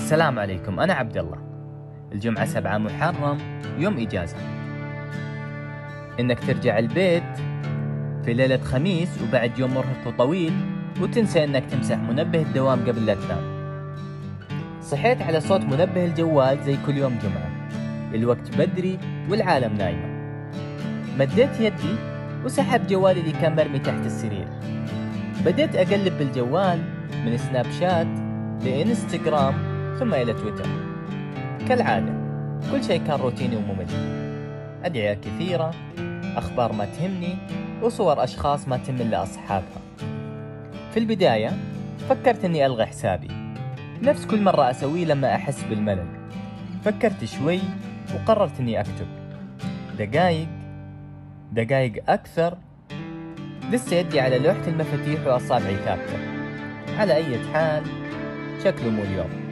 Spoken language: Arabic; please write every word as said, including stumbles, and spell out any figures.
السلام عليكم، أنا عبد الله. الجمعة سبعة محرم يوم إجازة. إنك ترجع البيت في ليلة خميس وبعد يوم مرهق وطويل وتنسى إنك تمسح منبه الدوام قبل لا تنام. صحيت على صوت منبه الجوال زي كل يوم جمعة، الوقت بدري والعالم نايمة. مديت يدي وسحب جوالي اللي كان مرمي تحت السرير. بديت أقلب بالجوال من سناب شات لإنستغرام ثم إلى تويتر. كالعادة كل شيء كان روتيني وممل، أدعية كثيرة، أخبار ما تهمني، وصور أشخاص ما تمل لأصحابها. في البداية فكرت أني ألغي حسابي، نفس كل مرة أسويه لما أحس بالملل. فكرت شوي وقررت أني أكتب. دقايق دقايق أكثر، لسه يدي على لوحة المفاتيح وأصابعي ثابتة. على أي حال، شكله مو اليوم.